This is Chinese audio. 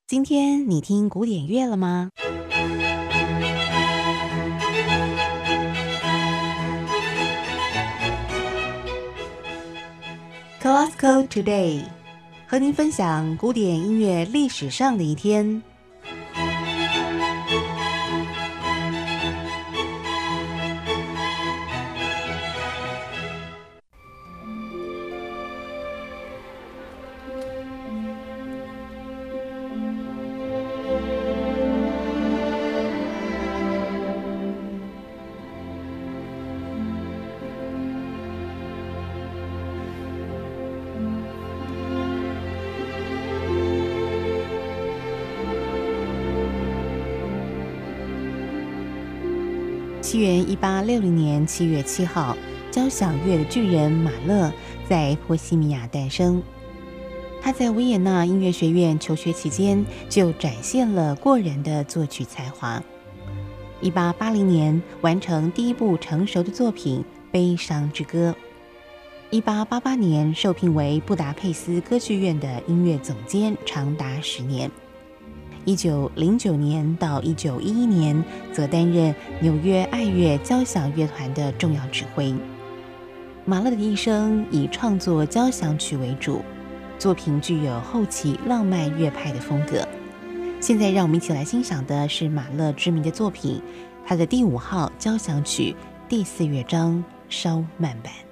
今天你听古典乐了吗？Classical Today， 和您分享古典音乐历史上的一天。西元1860年7月7号，交响乐的巨人马勒在波西米亚诞生。他在维也纳音乐学院求学期间就展现了过人的作曲才华。1880年完成第一部成熟的作品《悲伤之歌》。1888年受聘为布达佩斯歌剧院的音乐总监，长达10年。1909年到1911年，则担任纽约爱乐交响乐团的重要指挥。马勒的一生以创作交响曲为主，作品具有后期浪漫乐派的风格。现在让我们一起来欣赏的是马勒知名的作品，他的第5号交响曲第4乐章稍慢版。